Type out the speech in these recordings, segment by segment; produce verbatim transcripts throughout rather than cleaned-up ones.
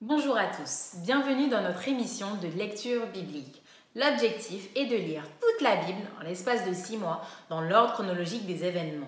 Bonjour à tous, bienvenue dans notre émission de lecture biblique. L'objectif est de lire toute la Bible en l'espace de six mois dans l'ordre chronologique des événements.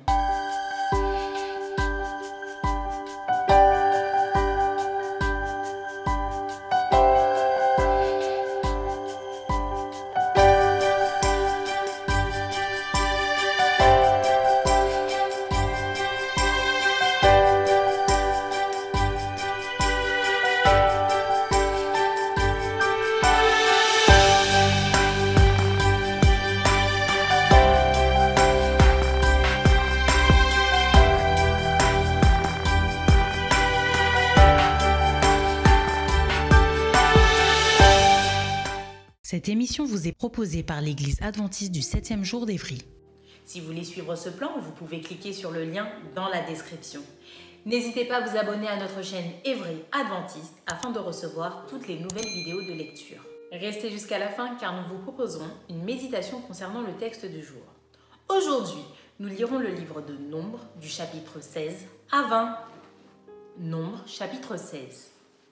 Cette émission vous est proposée par l'Église adventiste du septième jour d'Évry. Si vous voulez suivre ce plan, vous pouvez cliquer sur le lien dans la description. N'hésitez pas à vous abonner à notre chaîne Évry Adventiste afin de recevoir toutes les nouvelles vidéos de lecture. Restez jusqu'à la fin car nous vous proposerons une méditation concernant le texte du jour. Aujourd'hui, nous lirons le livre de Nombres du chapitre seize à vingt. Nombres chapitre seize.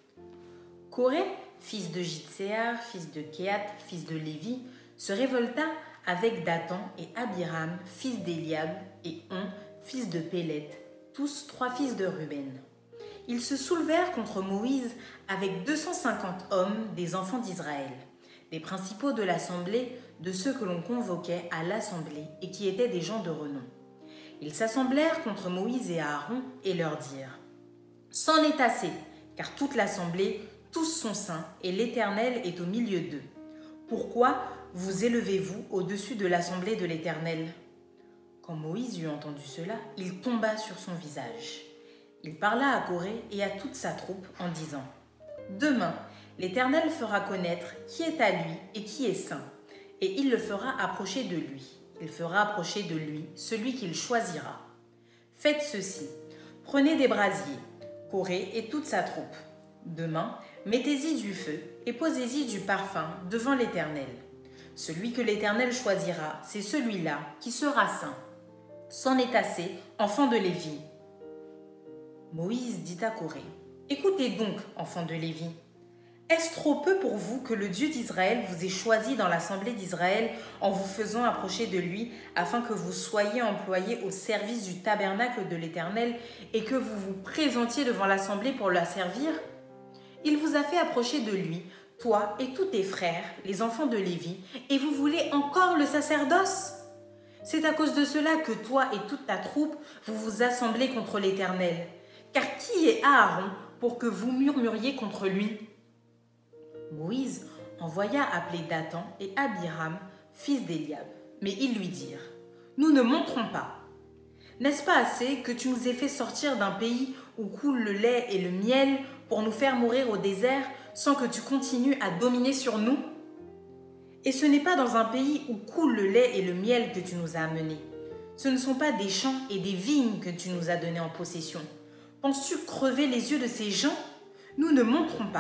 Coré, fils de Jitséar, fils de Kéhat, fils de Lévi, se révolta avec Dathan et Abiram, fils d'Éliab, et On, fils de Pélet, tous trois fils de Ruben. Ils se soulevèrent contre Moïse avec deux cent cinquante hommes des enfants d'Israël, des principaux de l'assemblée, de ceux que l'on convoquait à l'assemblée et qui étaient des gens de renom. Ils s'assemblèrent contre Moïse et Aaron et leur dirent « C'en est assez, car toute l'assemblée, tous sont saints, et l'Éternel est au milieu d'eux. Pourquoi vous élevez-vous au-dessus de l'assemblée de l'Éternel » Quand Moïse eut entendu cela, il tomba sur son visage. Il parla à Coré et à toute sa troupe en disant « Demain, l'Éternel fera connaître qui est à lui et qui est saint, et il le fera approcher de lui. Il fera approcher de lui celui qu'il choisira. Faites ceci, prenez des brasiers, Coré et toute sa troupe. Demain, mettez-y du feu et posez-y du parfum devant l'Éternel. Celui que l'Éternel choisira, c'est celui-là qui sera saint. C'en est assez, enfants de Lévi. » Moïse dit à Coré, « Écoutez donc, enfants de Lévi. Est-ce trop peu pour vous que le Dieu d'Israël vous ait choisi dans l'assemblée d'Israël en vous faisant approcher de lui afin que vous soyez employés au service du tabernacle de l'Éternel et que vous vous présentiez devant l'assemblée pour la servir ? Il vous a fait approcher de lui, toi et tous tes frères, les enfants de Lévi, et vous voulez encore le sacerdoce ? C'est à cause de cela que toi et toute ta troupe, vous vous assemblez contre l'Éternel. Car qui est Aaron pour que vous murmuriez contre lui ? » Moïse envoya appeler Dathan et Abiram, fils d'Éliab. Mais ils lui dirent, « Nous ne monterons pas. N'est-ce pas assez que tu nous aies fait sortir d'un pays où coule le lait et le miel pour nous faire mourir au désert sans que tu continues à dominer sur nous ? Et ce n'est pas dans un pays où coule le lait et le miel que tu nous as amenés. Ce ne sont pas des champs et des vignes que tu nous as donnés en possession. Penses-tu crever les yeux de ces gens ? Nous ne monterons pas. »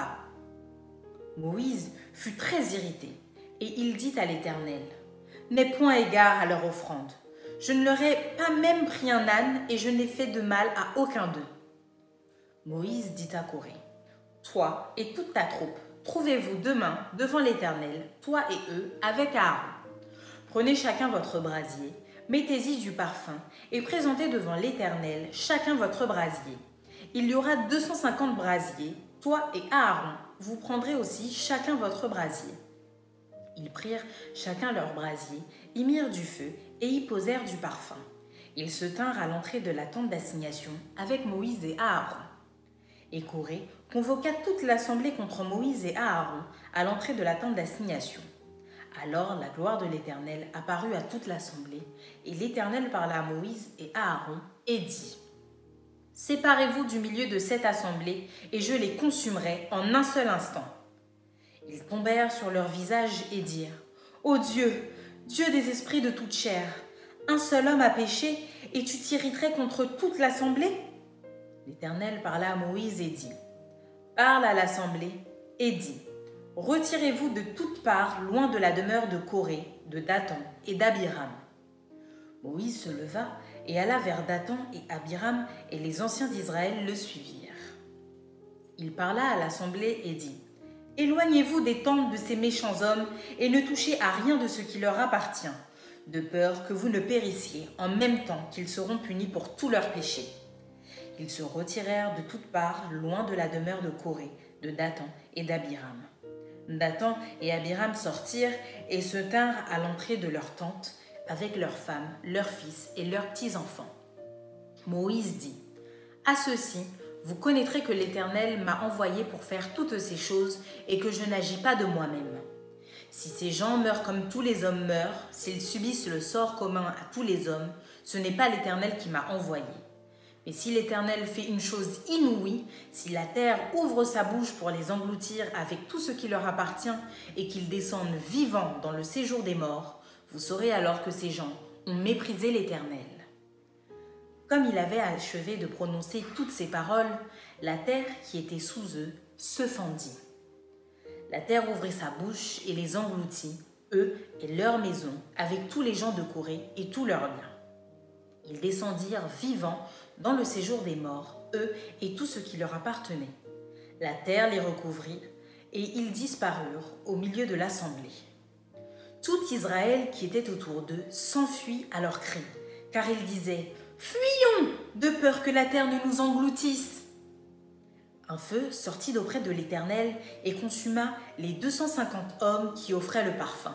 Moïse fut très irrité et il dit à l'Éternel, « N'aie point égard à leur offrande. Je ne leur ai pas même pris un âne et je n'ai fait de mal à aucun d'eux. » Moïse dit à Coré, « Toi et toute ta troupe, trouvez-vous demain devant l'Éternel, toi et eux, avec Aaron. Prenez chacun votre brasier, mettez-y du parfum et présentez devant l'Éternel chacun votre brasier. Il y aura deux cent cinquante brasiers, toi et Aaron, vous prendrez aussi chacun votre brasier. » Ils prirent chacun leur brasier, y mirent du feu et y posèrent du parfum. Ils se tinrent à l'entrée de la tente d'assignation avec Moïse et Aaron. Et Coré convoqua toute l'assemblée contre Moïse et Aaron à l'entrée de la tente d'assignation. Alors la gloire de l'Éternel apparut à toute l'assemblée, et l'Éternel parla à Moïse et à Aaron et dit « Séparez-vous du milieu de cette assemblée, et je les consumerai en un seul instant. » Ils tombèrent sur leur visage et dirent « Ô Dieu, Dieu des esprits de toute chair, un seul homme a péché, et tu t'irriterais contre toute l'assemblée ?» L'Éternel parla à Moïse et dit « Parle à l'assemblée et dis, retirez-vous de toutes parts loin de la demeure de Coré, de Dathan et d'Abiram. » Moïse se leva et alla vers Dathan et Abiram, et les anciens d'Israël le suivirent. Il parla à l'assemblée et dit « Éloignez-vous des tentes de ces méchants hommes et ne touchez à rien de ce qui leur appartient, de peur que vous ne périssiez en même temps qu'ils seront punis pour tous leurs péchés. » Ils se retirèrent de toutes parts, loin de la demeure de Coré, de Dathan et d'Abiram. Dathan et Abiram sortirent et se tinrent à l'entrée de leur tente avec leurs femmes, leurs fils et leurs petits-enfants. Moïse dit « À ceux-ci, vous connaîtrez que l'Éternel m'a envoyé pour faire toutes ces choses et que je n'agis pas de moi-même. Si ces gens meurent comme tous les hommes meurent, s'ils subissent le sort commun à tous les hommes, ce n'est pas l'Éternel qui m'a envoyé. Mais si l'Éternel fait une chose inouïe, si la terre ouvre sa bouche pour les engloutir avec tout ce qui leur appartient et qu'ils descendent vivants dans le séjour des morts, vous saurez alors que ces gens ont méprisé l'Éternel. » Comme il avait achevé de prononcer toutes ces paroles, la terre qui était sous eux se fendit. La terre ouvrit sa bouche et les engloutit, eux et leurs maisons, avec tous les gens de Coré et tous leurs biens. Ils descendirent vivants dans le séjour des morts, eux et tout ce qui leur appartenait. La terre les recouvrit et ils disparurent au milieu de l'assemblée. Tout Israël qui était autour d'eux s'enfuit à leurs cris, car ils disaient « Fuyons, de peur que la terre ne nous engloutisse !» Un feu sortit d'auprès de l'Éternel et consuma les deux cent cinquante hommes qui offraient le parfum.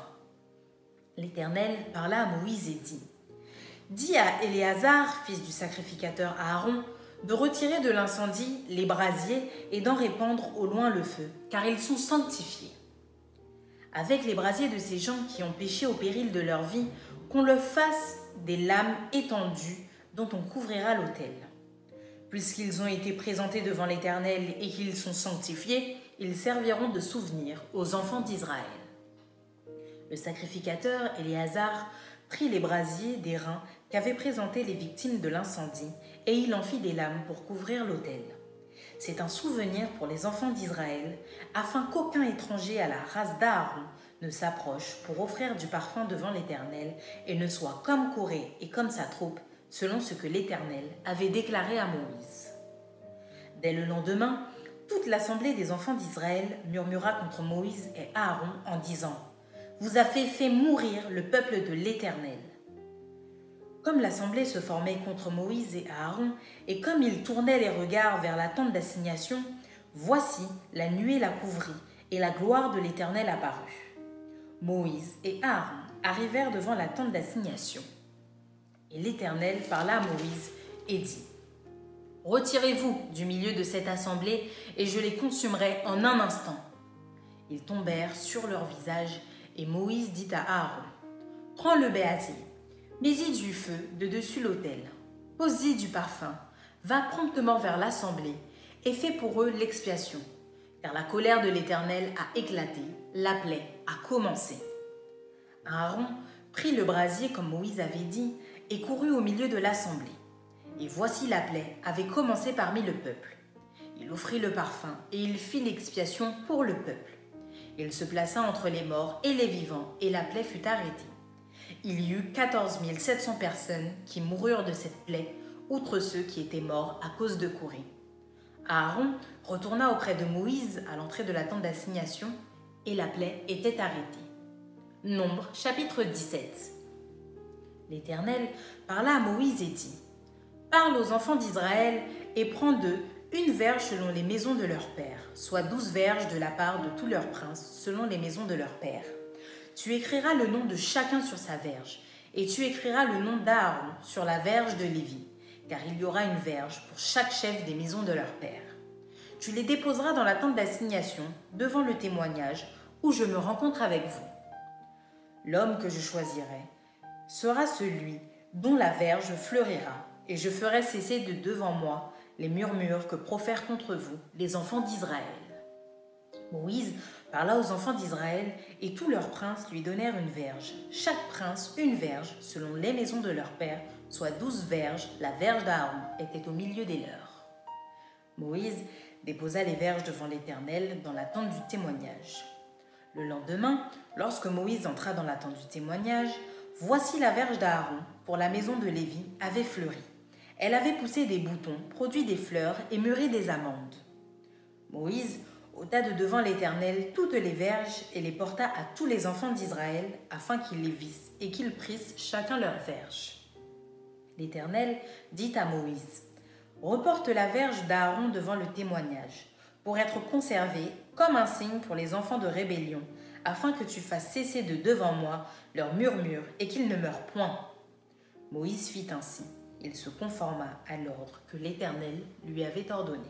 L'Éternel parla à Moïse et dit « Dis à Éléazar, fils du sacrificateur Aaron, de retirer de l'incendie les brasiers et d'en répandre au loin le feu, car ils sont sanctifiés. Avec les brasiers de ces gens qui ont péché au péril de leur vie, qu'on leur fasse des lames étendues dont on couvrira l'autel. Puisqu'ils ont été présentés devant l'Éternel et qu'ils sont sanctifiés, ils serviront de souvenir aux enfants d'Israël. » Le sacrificateur Éléazar prit les brasiers des reins qu'avaient présentés les victimes de l'incendie et il en fit des lames pour couvrir l'autel. C'est un souvenir pour les enfants d'Israël, afin qu'aucun étranger à la race d'Aaron ne s'approche pour offrir du parfum devant l'Éternel et ne soit comme Coré et comme sa troupe, selon ce que l'Éternel avait déclaré à Moïse. Dès le lendemain, toute l'assemblée des enfants d'Israël murmura contre Moïse et Aaron en disant « Vous avez fait mourir le peuple de l'Éternel. » Comme l'assemblée se formait contre Moïse et Aaron, et comme ils tournaient les regards vers la tente d'assignation, voici la nuée la couvrit, et la gloire de l'Éternel apparut. Moïse et Aaron arrivèrent devant la tente d'assignation. Et l'Éternel parla à Moïse et dit « Retirez-vous du milieu de cette assemblée, et je les consumerai en un instant. » Ils tombèrent sur leur visage, et Moïse dit à Aaron « Prends le béasier, mets-y du feu de dessus l'autel, pose-y du parfum, va promptement vers l'assemblée, et fais pour eux l'expiation, car la colère de l'Éternel a éclaté, la plaie a commencé. » Aaron prit le brasier comme Moïse avait dit, et courut au milieu de l'assemblée. Et voici la plaie avait commencé parmi le peuple. Il offrit le parfum et il fit l'expiation pour le peuple. Il se plaça entre les morts et les vivants et la plaie fut arrêtée. Il y eut quatorze mille sept cents personnes qui moururent de cette plaie, outre ceux qui étaient morts à cause de Coré. Aaron retourna auprès de Moïse à l'entrée de la tente d'assignation et la plaie était arrêtée. Nombre chapitre dix-sept. L'Éternel parla à Moïse et dit « Parle aux enfants d'Israël et prends d'eux une verge selon les maisons de leurs pères, soit douze verges de la part de tous leurs princes selon les maisons de leurs pères. Tu écriras le nom de chacun sur sa verge, et tu écriras le nom d'Aaron sur la verge de Lévi, car il y aura une verge pour chaque chef des maisons de leurs pères. Tu les déposeras dans la tente d'assignation, devant le témoignage, où je me rencontre avec vous. L'homme que je choisirai sera celui dont la verge fleurira, et je ferai cesser de devant moi les murmures que profèrent contre vous les enfants d'Israël. » Moïse parla aux enfants d'Israël, et tous leurs princes lui donnèrent une verge, chaque prince une verge, selon les maisons de leurs pères, soit douze verges, la verge d'Aaron était au milieu des leurs. Moïse déposa les verges devant l'Éternel dans la tente du témoignage. Le lendemain, lorsque Moïse entra dans la tente du témoignage, voici la verge d'Aaron, pour la maison de Lévi, avait fleuri. Elle avait poussé des boutons, produit des fleurs et mûri des amandes. Moïse ôta de devant l'Éternel toutes les verges et les porta à tous les enfants d'Israël, afin qu'ils les vissent et qu'ils prissent chacun leur verge. L'Éternel dit à Moïse, « Reporte la verge d'Aaron devant le témoignage, pour être conservée comme un signe pour les enfants de rébellion, afin que tu fasses cesser de devant moi leurs murmures et qu'ils ne meurent point. » Moïse fit ainsi. Il se conforma à l'ordre que l'Éternel lui avait ordonné.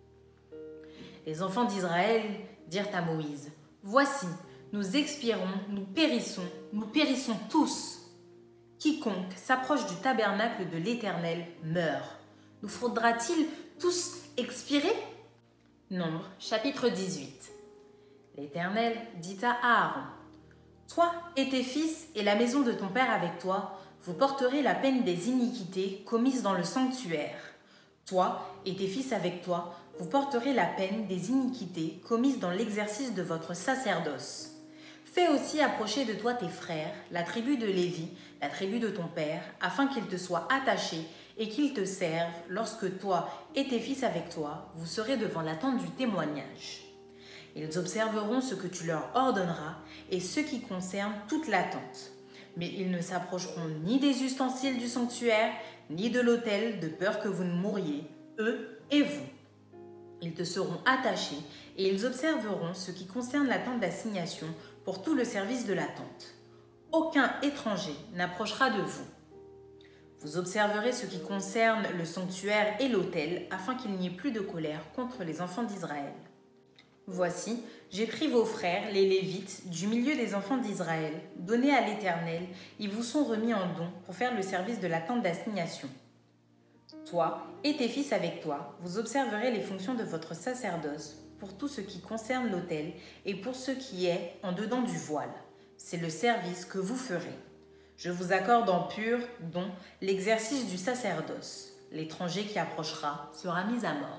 Les enfants d'Israël dirent à Moïse, « Voici, nous expirons, nous périssons, nous périssons tous. Quiconque s'approche du tabernacle de l'Éternel meurt. Nous faudra-t-il tous expirer ?» Nombre, chapitre dix-huit. L'Éternel dit à Aaron, « Toi et tes fils et la maison de ton père avec toi, vous porterez la peine des iniquités commises dans le sanctuaire. Toi et tes fils avec toi, vous porterez la peine des iniquités commises dans l'exercice de votre sacerdoce. Fais aussi approcher de toi tes frères, la tribu de Lévi, la tribu de ton père, afin qu'ils te soient attachés et qu'ils te servent lorsque toi et tes fils avec toi, vous serez devant la tente du témoignage. Ils observeront ce que tu leur ordonneras et ce qui concerne toute la tente. Mais ils ne s'approcheront ni des ustensiles du sanctuaire, ni de l'autel, de peur que vous ne mouriez, eux et vous. Ils te seront attachés et ils observeront ce qui concerne la tente d'assignation pour tout le service de la tente. Aucun étranger n'approchera de vous. Vous observerez ce qui concerne le sanctuaire et l'autel, afin qu'il n'y ait plus de colère contre les enfants d'Israël. Voici, j'ai pris vos frères, les Lévites, du milieu des enfants d'Israël, donnés à l'Éternel, ils vous sont remis en don pour faire le service de la tente d'assignation. Toi et tes fils avec toi, vous observerez les fonctions de votre sacerdoce pour tout ce qui concerne l'autel et pour ce qui est en dedans du voile. C'est le service que vous ferez. Je vous accorde en pur don l'exercice du sacerdoce. L'étranger qui approchera sera mis à mort.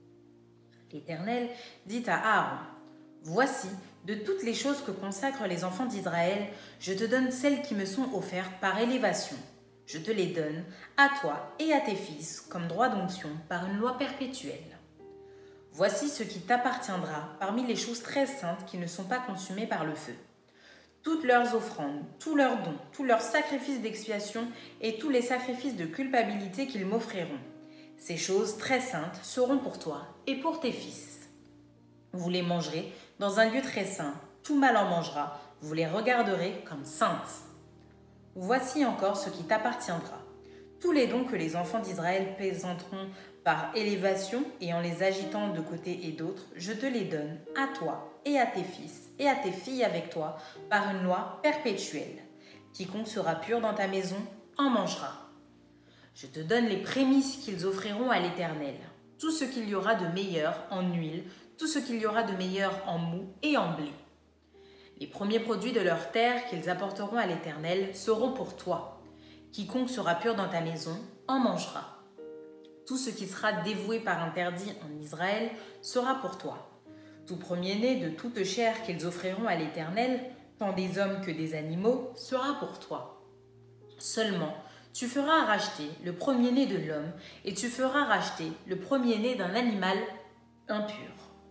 L'Éternel dit à Aaron, « Voici, de toutes les choses que consacrent les enfants d'Israël, je te donne celles qui me sont offertes par élévation. Je te les donne, à toi et à tes fils, comme droit d'onction par une loi perpétuelle. Voici ce qui t'appartiendra parmi les choses très saintes qui ne sont pas consumées par le feu. Toutes leurs offrandes, tous leurs dons, tous leurs sacrifices d'expiation et tous les sacrifices de culpabilité qu'ils m'offriront. Ces choses très saintes seront pour toi et pour tes fils. Vous les mangerez dans un lieu très saint, tout mâle en mangera, vous les regarderez comme saintes. Voici encore ce qui t'appartiendra. Tous les dons que les enfants d'Israël présenteront par élévation et en les agitant de côté et d'autre, je te les donne à toi et à tes fils et à tes filles avec toi par une loi perpétuelle. Quiconque sera pur dans ta maison en mangera. Je te donne les prémices qu'ils offriront à l'Éternel, tout ce qu'il y aura de meilleur en huile, tout ce qu'il y aura de meilleur en mou et en blé. Les premiers produits de leur terre qu'ils apporteront à l'Éternel seront pour toi. Quiconque sera pur dans ta maison en mangera. Tout ce qui sera dévoué par interdit en Israël sera pour toi. Tout premier-né de toute chair qu'ils offriront à l'Éternel, tant des hommes que des animaux, sera pour toi. Seulement, tu feras racheter le premier-né de l'homme et tu feras racheter le premier-né d'un animal impur.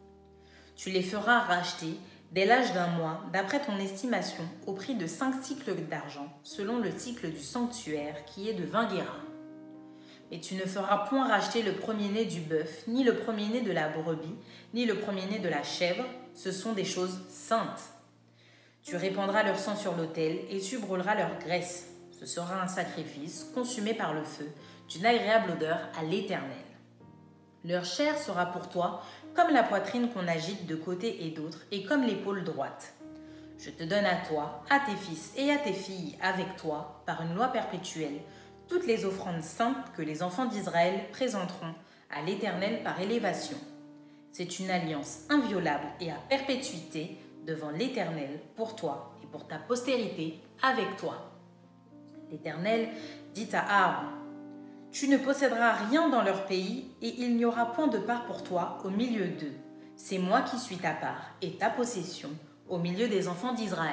Tu les feras racheter dès l'âge d'un mois, d'après ton estimation, au prix de cinq cycles d'argent, selon le cycle du sanctuaire qui est de vingt guérins. Mais tu ne feras point racheter le premier-né du bœuf, ni le premier-né de la brebis, ni le premier-né de la chèvre, ce sont des choses saintes. Tu répandras leur sang sur l'autel et tu brûleras leur graisse. Ce sera un sacrifice consumé par le feu, d'une agréable odeur à l'Éternel. Leur chair sera pour toi comme la poitrine qu'on agite de côté et d'autre, et comme l'épaule droite. Je te donne à toi, à tes fils et à tes filles avec toi, par une loi perpétuelle, toutes les offrandes saintes que les enfants d'Israël présenteront à l'Éternel par élévation. C'est une alliance inviolable et à perpétuité devant l'Éternel pour toi et pour ta postérité avec toi. L'Éternel dit à Aaron, « Tu ne posséderas rien dans leur pays, et il n'y aura point de part pour toi au milieu d'eux. C'est moi qui suis ta part et ta possession au milieu des enfants d'Israël.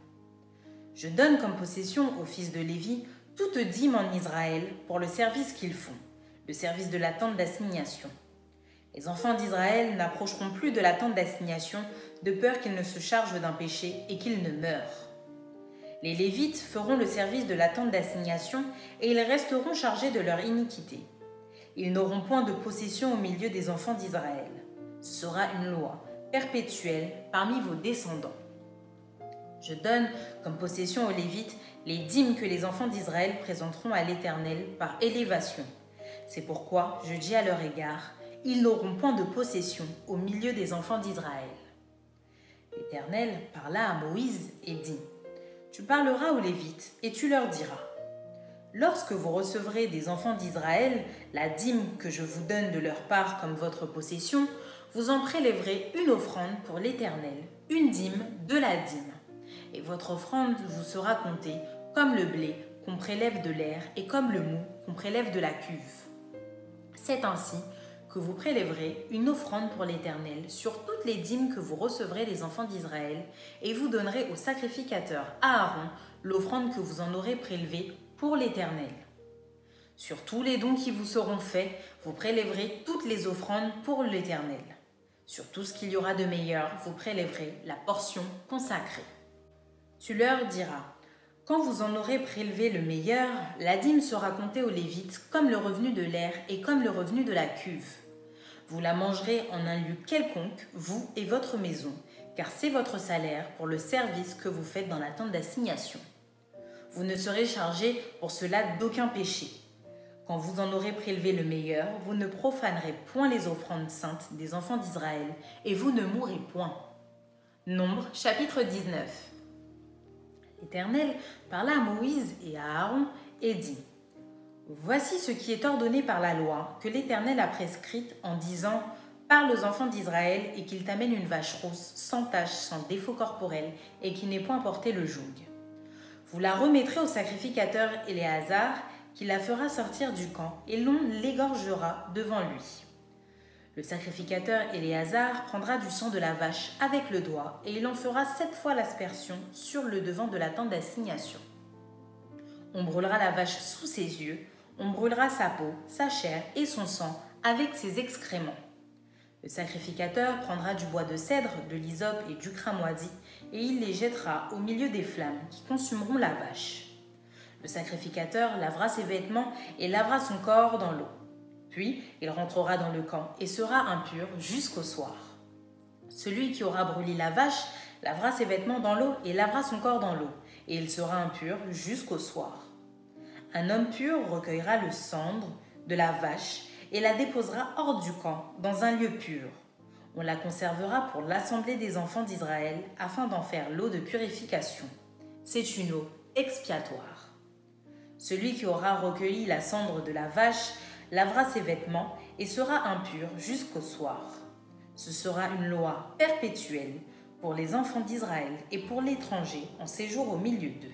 Je donne comme possession aux fils de Lévi toute dîme en Israël pour le service qu'ils font, le service de la tente d'assignation. Les enfants d'Israël n'approcheront plus de la tente d'assignation de peur qu'ils ne se chargent d'un péché et qu'ils ne meurent. Les Lévites feront le service de la tente d'assignation et ils resteront chargés de leur iniquité. Ils n'auront point de possession au milieu des enfants d'Israël. Ce sera une loi perpétuelle parmi vos descendants. Je donne comme possession aux Lévites les dîmes que les enfants d'Israël présenteront à l'Éternel par élévation. C'est pourquoi je dis à leur égard, ils n'auront point de possession au milieu des enfants d'Israël. L'Éternel parla à Moïse et dit, tu parleras aux Lévites et tu leur diras, lorsque vous recevrez des enfants d'Israël la dîme que je vous donne de leur part comme votre possession, vous en prélèverez une offrande pour l'Éternel, une dîme de la dîme. Et votre offrande vous sera comptée comme le blé qu'on prélève de l'aire et comme le mou qu'on prélève de la cuve. C'est ainsi que vous prélèverez une offrande pour l'Éternel sur toutes les dîmes que vous recevrez des enfants d'Israël, et vous donnerez au sacrificateur Aaron l'offrande que vous en aurez prélevée pour l'Éternel. Sur tous les dons qui vous seront faits, vous prélèverez toutes les offrandes pour l'Éternel. Sur tout ce qu'il y aura de meilleur, vous prélèverez la portion consacrée. Tu leur diras, quand vous en aurez prélevé le meilleur, la dîme sera comptée aux Lévites comme le revenu de l'aire et comme le revenu de la cuve. Vous la mangerez en un lieu quelconque, vous et votre maison, car c'est votre salaire pour le service que vous faites dans la tente d'assignation. Vous ne serez chargé pour cela d'aucun péché. Quand vous en aurez prélevé le meilleur, vous ne profanerez point les offrandes saintes des enfants d'Israël, et vous ne mourrez point. Nombre, chapitre dix-neuf. L'Éternel parla à Moïse et à Aaron et dit, voici ce qui est ordonné par la loi que l'Éternel a prescrite en disant, parle aux enfants d'Israël et qu'ils t'amènent une vache rousse, sans tache, sans défaut corporel, et qui n'ait point porté le joug. Vous la remettrez au sacrificateur Éléazar, qui la fera sortir du camp, et l'on l'égorgera devant lui. Le sacrificateur Éléazar prendra du sang de la vache avec le doigt, et il en fera sept fois l'aspersion sur le devant de la tente d'assignation. On brûlera la vache sous ses yeux, on brûlera sa peau, sa chair et son sang avec ses excréments. Le sacrificateur prendra du bois de cèdre, de l'hysope et du cramoisi, et il les jettera au milieu des flammes qui consumeront la vache. Le sacrificateur lavera ses vêtements et lavera son corps dans l'eau. Puis il rentrera dans le camp et sera impur jusqu'au soir. Celui qui aura brûlé la vache lavera ses vêtements dans l'eau et lavera son corps dans l'eau, et il sera impur jusqu'au soir. Un homme pur recueillera le cendre de la vache et la déposera hors du camp, dans un lieu pur. On la conservera pour l'assemblée des enfants d'Israël, afin d'en faire l'eau de purification. C'est une eau expiatoire. Celui qui aura recueilli la cendre de la vache lavera ses vêtements et sera impur jusqu'au soir. Ce sera une loi perpétuelle pour les enfants d'Israël et pour l'étranger en séjour au milieu d'eux.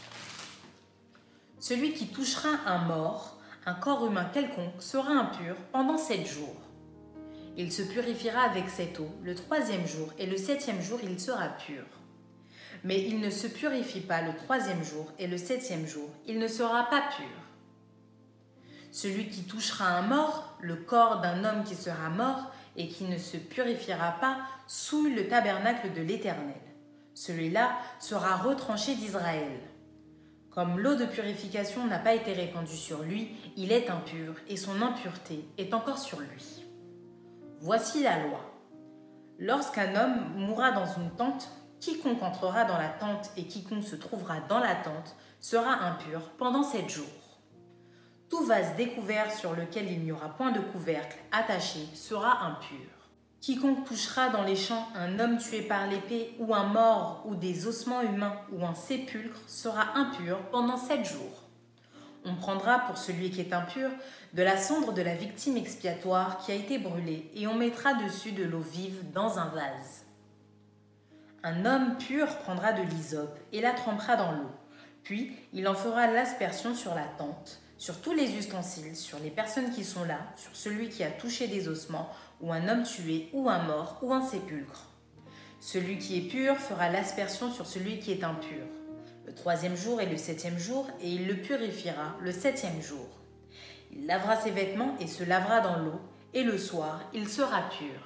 Celui qui touchera un mort, un corps humain quelconque, sera impur pendant sept jours. Il se purifiera avec cette eau le troisième jour, et le septième jour il sera pur. Mais il ne se purifie pas le troisième jour, et le septième jour il ne sera pas pur. Celui qui touchera un mort, le corps d'un homme qui sera mort, et qui ne se purifiera pas, souille le tabernacle de l'Éternel. Celui-là sera retranché d'Israël. Comme l'eau de purification n'a pas été répandue sur lui, il est impur, et son impureté est encore sur lui. Voici la loi. Lorsqu'un homme mourra dans une tente, quiconque entrera dans la tente et quiconque se trouvera dans la tente sera impur pendant sept jours. Tout vase découvert sur lequel il n'y aura point de couvercle attaché sera impur. Quiconque touchera dans les champs un homme tué par l'épée ou un mort ou des ossements humains ou un sépulcre sera impur pendant sept jours. On prendra pour celui qui est impur de la cendre de la victime expiatoire qui a été brûlée et on mettra dessus de l'eau vive dans un vase. Un homme pur prendra de l'hysope et la trempera dans l'eau. Puis il en fera l'aspersion sur la tente, sur tous les ustensiles, sur les personnes qui sont là, sur celui qui a touché des ossements, ou un homme tué, ou un mort, ou un sépulcre. Celui qui est pur fera l'aspersion sur celui qui est impur, le troisième jour et le septième jour, et il le purifiera le septième jour. Il lavera ses vêtements et se lavera dans l'eau, et le soir il sera pur.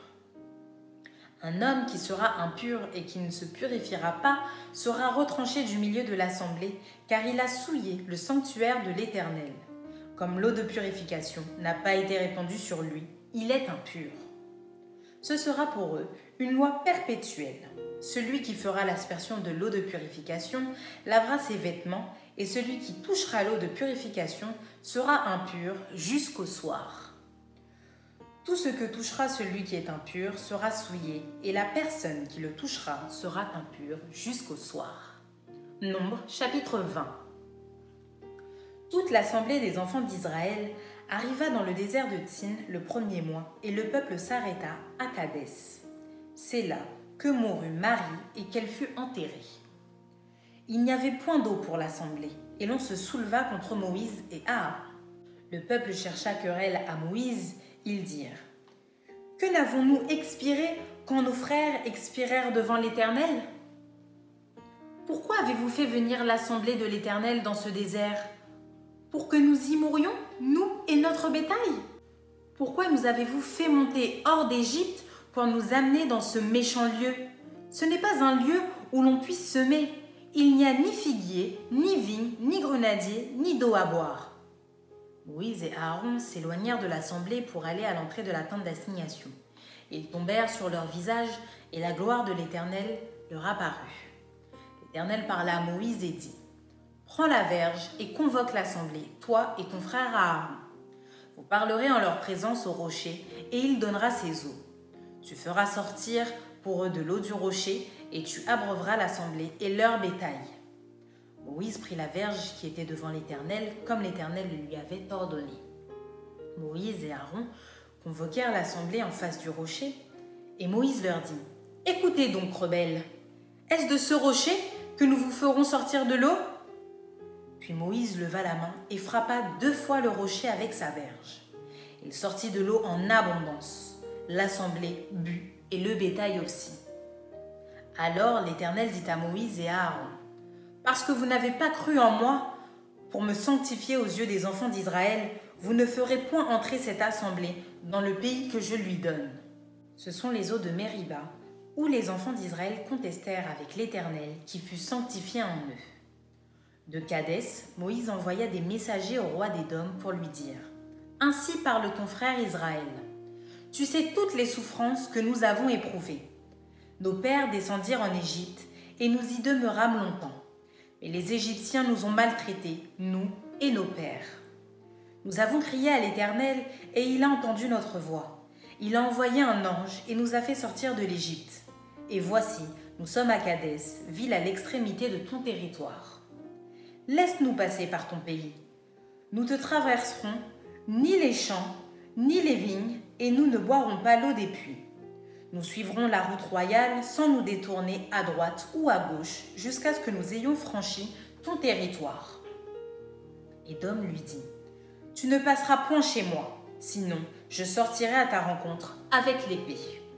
Un homme qui sera impur et qui ne se purifiera pas sera retranché du milieu de l'assemblée, car il a souillé le sanctuaire de l'Éternel. Comme l'eau de purification n'a pas été répandue sur lui, il est impur. Ce sera pour eux une loi perpétuelle. Celui qui fera l'aspersion de l'eau de purification lavera ses vêtements, et celui qui touchera l'eau de purification sera impur jusqu'au soir. Tout ce que touchera celui qui est impur sera souillé, et la personne qui le touchera sera impure jusqu'au soir. Nombre chapitre vingt. Toute l'assemblée des enfants d'Israël arriva dans le désert de Tsin le premier mois, et le peuple s'arrêta à Kadès. C'est là que mourut Marie et qu'elle fut enterrée. Il n'y avait point d'eau pour l'assemblée, et l'on se souleva contre Moïse et Aaron. Le peuple chercha querelle à Moïse, ils dirent « Que n'avons-nous expiré quand nos frères expirèrent devant l'Éternel ? Pourquoi avez-vous fait venir l'assemblée de l'Éternel dans ce désert ? Pour que nous y mourions, nous et notre bétail ? Pourquoi nous avez-vous fait monter hors d'Égypte pour nous amener dans ce méchant lieu ? Ce n'est pas un lieu où l'on puisse semer. Il n'y a ni figuier, ni vigne, ni grenadier, ni d'eau à boire. » Moïse et Aaron s'éloignèrent de l'assemblée pour aller à l'entrée de la tente d'assignation. Ils tombèrent sur leur visage et la gloire de l'Éternel leur apparut. L'Éternel parla à Moïse et dit « Prends la verge et convoque l'assemblée, toi et ton frère Aaron. Vous parlerez en leur présence au rocher et il donnera ses eaux. Tu feras sortir pour eux de l'eau du rocher et tu abreuveras l'assemblée et leur bétail. » Moïse prit la verge qui était devant l'Éternel, comme l'Éternel le lui avait ordonné. Moïse et Aaron convoquèrent l'assemblée en face du rocher, et Moïse leur dit « Écoutez donc, rebelles, est-ce de ce rocher que nous vous ferons sortir de l'eau ?» Puis Moïse leva la main et frappa deux fois le rocher avec sa verge. Il sortit de l'eau en abondance. L'assemblée but, et le bétail aussi. Alors l'Éternel dit à Moïse et à Aaron, « Parce que vous n'avez pas cru en moi, pour me sanctifier aux yeux des enfants d'Israël, vous ne ferez point entrer cette assemblée dans le pays que je lui donne. » Ce sont les eaux de Mériba, où les enfants d'Israël contestèrent avec l'Éternel, qui fut sanctifié en eux. De Kadès, Moïse envoya des messagers au roi d'Édom pour lui dire « Ainsi parle ton frère Israël. Tu sais toutes les souffrances que nous avons éprouvées. Nos pères descendirent en Égypte et nous y demeurâmes longtemps. Mais les Égyptiens nous ont maltraités, nous et nos pères. Nous avons crié à l'Éternel et il a entendu notre voix. Il a envoyé un ange et nous a fait sortir de l'Égypte. Et voici, nous sommes à Kadès, ville à l'extrémité de ton territoire. Laisse-nous passer par ton pays. Nous te traverserons ni les champs, ni les vignes, et nous ne boirons pas l'eau des puits. Nous suivrons la route royale sans nous détourner à droite ou à gauche jusqu'à ce que nous ayons franchi ton territoire. » Édom lui dit, « Tu ne passeras point chez moi, sinon je sortirai à ta rencontre avec l'épée. »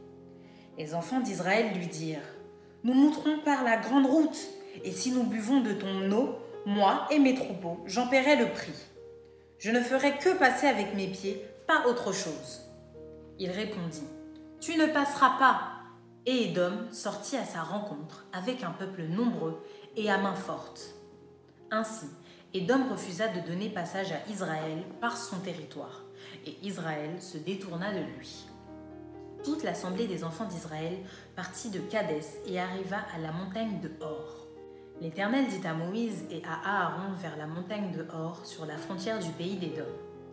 Les enfants d'Israël lui dirent, « Nous monterons par la grande route, et si nous buvons de ton eau, moi et mes troupeaux, j'en paierai le prix. Je ne ferai que passer avec mes pieds, pas autre chose. » Il répondit, « Tu ne passeras pas. » Et Édom sortit à sa rencontre avec un peuple nombreux et à main forte. Ainsi, Édom refusa de donner passage à Israël par son territoire, et Israël se détourna de lui. Toute l'assemblée des enfants d'Israël partit de Kadès et arriva à la montagne de Hor. L'Éternel dit à Moïse et à Aaron vers la montagne de Hor sur la frontière du pays d'Édom.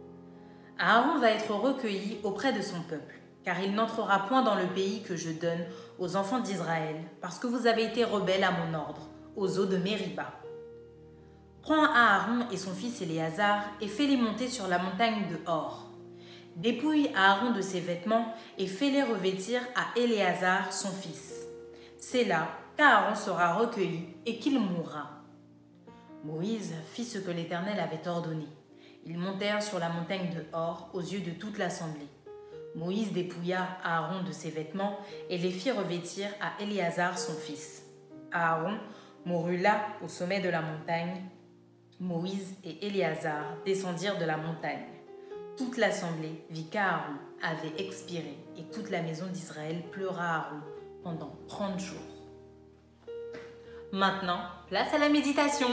Aaron va être recueilli auprès de son peuple, car il n'entrera point dans le pays que je donne aux enfants d'Israël, parce que vous avez été rebelles à mon ordre, aux eaux de Mériba. Prends Aaron et son fils Éléazar et fais-les monter sur la montagne de Hor. Dépouille Aaron de ses vêtements et fais-les revêtir à Éléazar son fils. C'est là qu'Aaron sera recueilli et qu'il mourra. » Moïse fit ce que l'Éternel avait ordonné. Ils montèrent sur la montagne de Hor aux yeux de toute l'assemblée. Moïse dépouilla Aaron de ses vêtements et les fit revêtir à Éléazar son fils. Aaron mourut là au sommet de la montagne. Moïse et Éléazar descendirent de la montagne. Toute l'assemblée vit qu'Aaron avait expiré et toute la maison d'Israël pleura Aaron pendant trente jours. Maintenant, place à la méditation.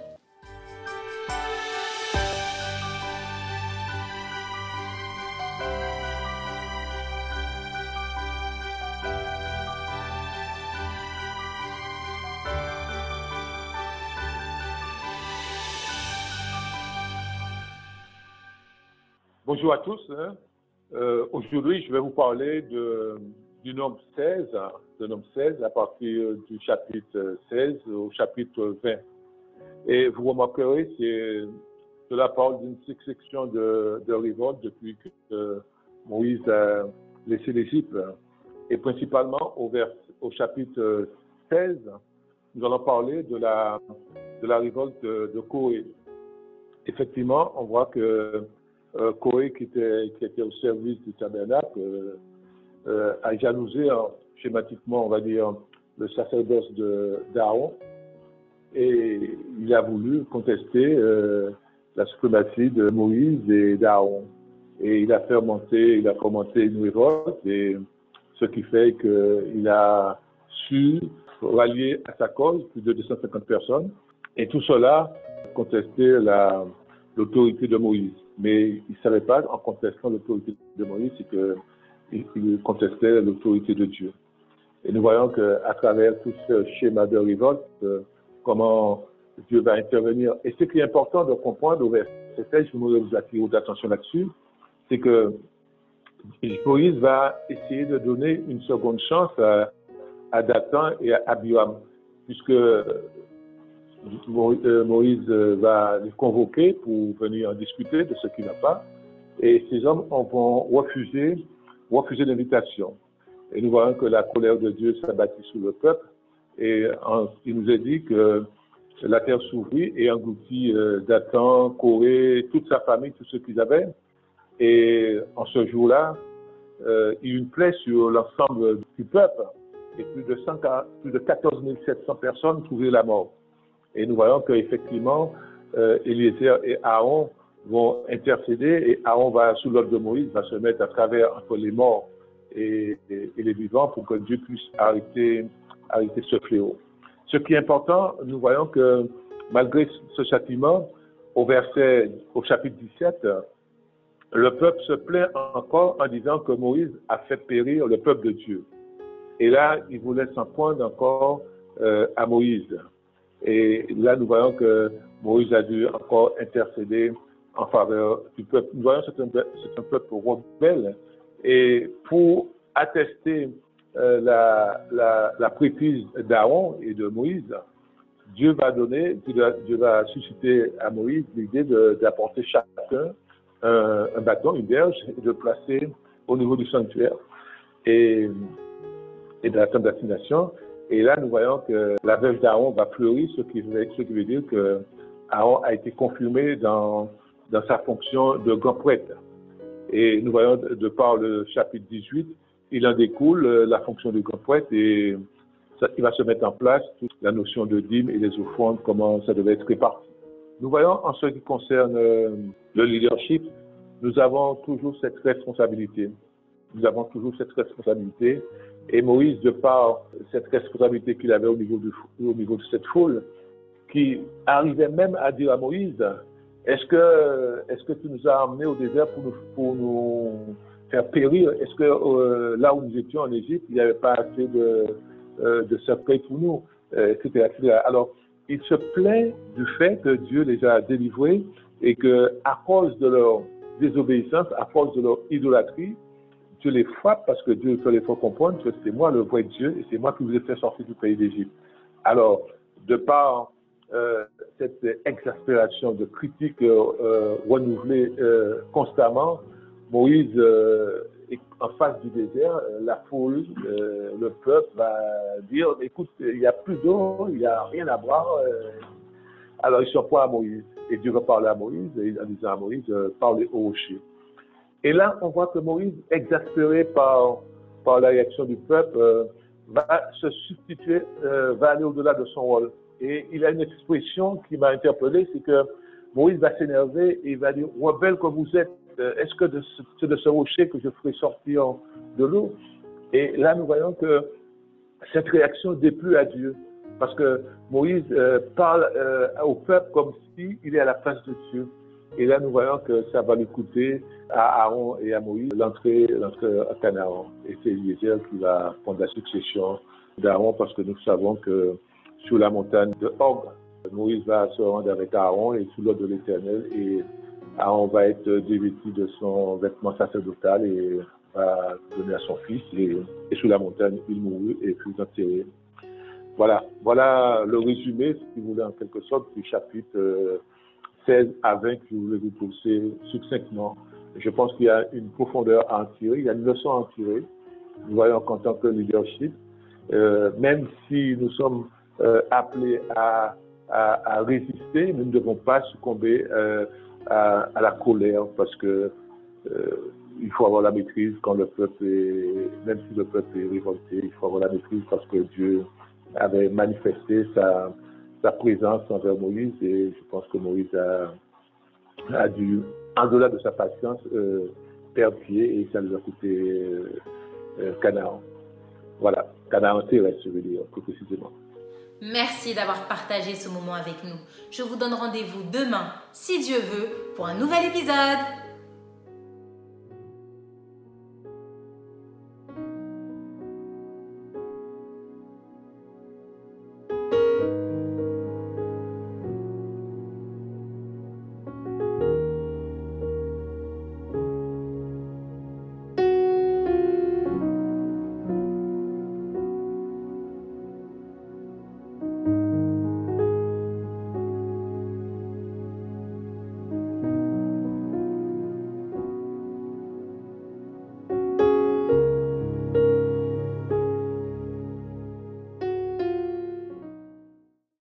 Bonjour à tous. Hein. Euh, aujourd'hui, je vais vous parler de, du nombre seize, hein, de nombre seize à partir du chapitre seize au chapitre vingt. Et vous remarquerez, c'est, cela parle d'une succession de, de révoltes depuis que euh, Moïse a laissé l'Égypte. Et principalement au, vers, au chapitre seize, nous allons parler de la, de la révolte de, de Coré. Effectivement, on voit que Euh, Coré, qui était, qui était au service du tabernacle, euh, euh, a jalousé hein, schématiquement, on va dire, le sacerdoce de, d'Aaron, et il a voulu contester euh, la suprématie de Moïse et d'Aaron. Et il a fait monter, il a fomenté une révolte, et ce qui fait qu'il a su rallier à sa cause plus de deux cent cinquante personnes, et tout cela contestait la, l'autorité de Moïse. Mais il ne savait pas, en contestant l'autorité de Moïse, c'est qu'il contestait l'autorité de Dieu. Et nous voyons qu'à travers tout ce schéma de révolte, euh, comment Dieu va intervenir. Et ce qui est important de comprendre au verset seize, je voudrais vous attirer votre attention là-dessus, c'est que Moïse va essayer de donner une seconde chance à, à Dathan et à Abiram, puisque Moïse va les convoquer pour venir en discuter de ce qui ne va pas. Et ces hommes vont refuser, refuser l'invitation. Et nous voyons que la colère de Dieu s'abattit sur le peuple. Et en, il nous est dit que la terre s'ouvrit et engloutit euh, Dathan, Coré, toute sa famille, tout ce qu'ils avaient. Et en ce jour-là, euh, il y eut une plaie sur l'ensemble du peuple. Et plus de, cent, plus de quatorze mille sept cents personnes trouvaient la mort. Et nous voyons qu'effectivement, euh, Eliezer et Aaron vont intercéder et Aaron va, sous l'ordre de Moïse, va se mettre à travers entre les morts et, et, et les vivants pour que Dieu puisse arrêter, arrêter ce fléau. Ce qui est important, nous voyons que malgré ce châtiment, au verset, au chapitre dix-sept, le peuple se plaint encore en disant que Moïse a fait périr le peuple de Dieu. Et là, il voulait s'en prendre encore euh, à Moïse. Et là, nous voyons que Moïse a dû encore intercéder en faveur du peuple. Nous voyons que c'est un, c'est un peuple rebelle. Et pour attester euh, la, la, la prêtrise d'Aaron et de Moïse, Dieu va donner, Dieu va susciter à Moïse l'idée de, d'apporter chacun un, un bâton, une verge, et de placer au niveau du sanctuaire et, et de la tente d'assignation. Et là, nous voyons que la veuve d'Aaron va fleurir, ce qui veut, ce qui veut dire que Aaron a été confirmé dans, dans sa fonction de grand prêtre. Et nous voyons, de par le chapitre dix-huit, il en découle la fonction de grand prêtre et ça, il va se mettre en place toute la notion de dîme et des offrandes, comment ça devait être réparti. Nous voyons, en ce qui concerne le leadership, nous avons toujours cette responsabilité. Nous avons toujours cette responsabilité. Et Moïse, de par cette responsabilité qu'il avait au niveau, du, au niveau de cette foule, qui arrivait même à dire à Moïse, est-ce que, est-ce que tu nous as emmenés au désert pour nous, pour nous faire périr? Est-ce que euh, là où nous étions en Égypte, il n'y avait pas assez de, euh, de cercueils pour nous, euh, et cetera, et cetera. Alors, il se plaint du fait que Dieu les a délivrés et qu'à cause de leur désobéissance, à cause de leur idolâtrie, Dieu les frappe parce que Dieu fait les faire comprendre que c'est moi le vrai Dieu et c'est moi qui vous ai fait sortir du pays d'Égypte. Alors, de par euh, cette exaspération de critiques euh, renouvelées euh, constamment, Moïse euh, est en face du désert, la foule, euh, le peuple va dire, écoute, il n'y a plus d'eau, il n'y a rien à boire. Euh. Alors, ils sont pas à Moïse. Et Dieu va parler à Moïse, et en disant à Moïse, euh, parlez au rocher. Et là, on voit que Moïse, exaspéré par, par la réaction du peuple, euh, va se substituer, euh, va aller au-delà de son rôle. Et il a une expression qui m'a interpellé, c'est que Moïse va s'énerver et il va dire, rebelle que vous êtes, euh, est-ce que de ce, c'est de ce rocher que je ferai sortir de l'eau? Et là, nous voyons que cette réaction déplut à Dieu. Parce que Moïse euh, parle euh, au peuple comme s'il est à la face de Dieu. Et là, nous voyons que ça va lui coûter à Aaron et à Moïse l'entrée, l'entrée à Canaan. Et c'est Eliezer qui va prendre la succession d'Aaron parce que nous savons que sur la montagne de Hog, Moïse va se rendre avec Aaron et sous l'ordre de l'Éternel. Et Aaron va être dévêtu de son vêtement sacerdotal et va donner à son fils. Et, et sous la montagne, il mourut et fut enterré. Voilà, voilà le résumé, si vous voulez, en quelque sorte, du chapitre euh, seize à vingt que je voulais vous pousser succinctement. Je pense qu'il y a une profondeur à en tirer, il y a une leçon à en tirer. Nous voyons qu'en tant que leadership, euh, même si nous sommes euh, appelés à, à, à résister, nous ne devons pas succomber euh, à, à la colère parce que euh, il faut avoir la maîtrise quand le peuple est, même si le peuple est révolté, il faut avoir la maîtrise parce que Dieu avait manifesté sa, sa présence envers Moïse et je pense que Moïse a, a dû, en delà de sa patience, euh, perdre pied et ça lui a coûté euh, euh, Canaan. Voilà, Canaan terrestre, je veux dire, plus précisément. Merci d'avoir partagé ce moment avec nous. Je vous donne rendez-vous demain, si Dieu veut, pour un nouvel épisode.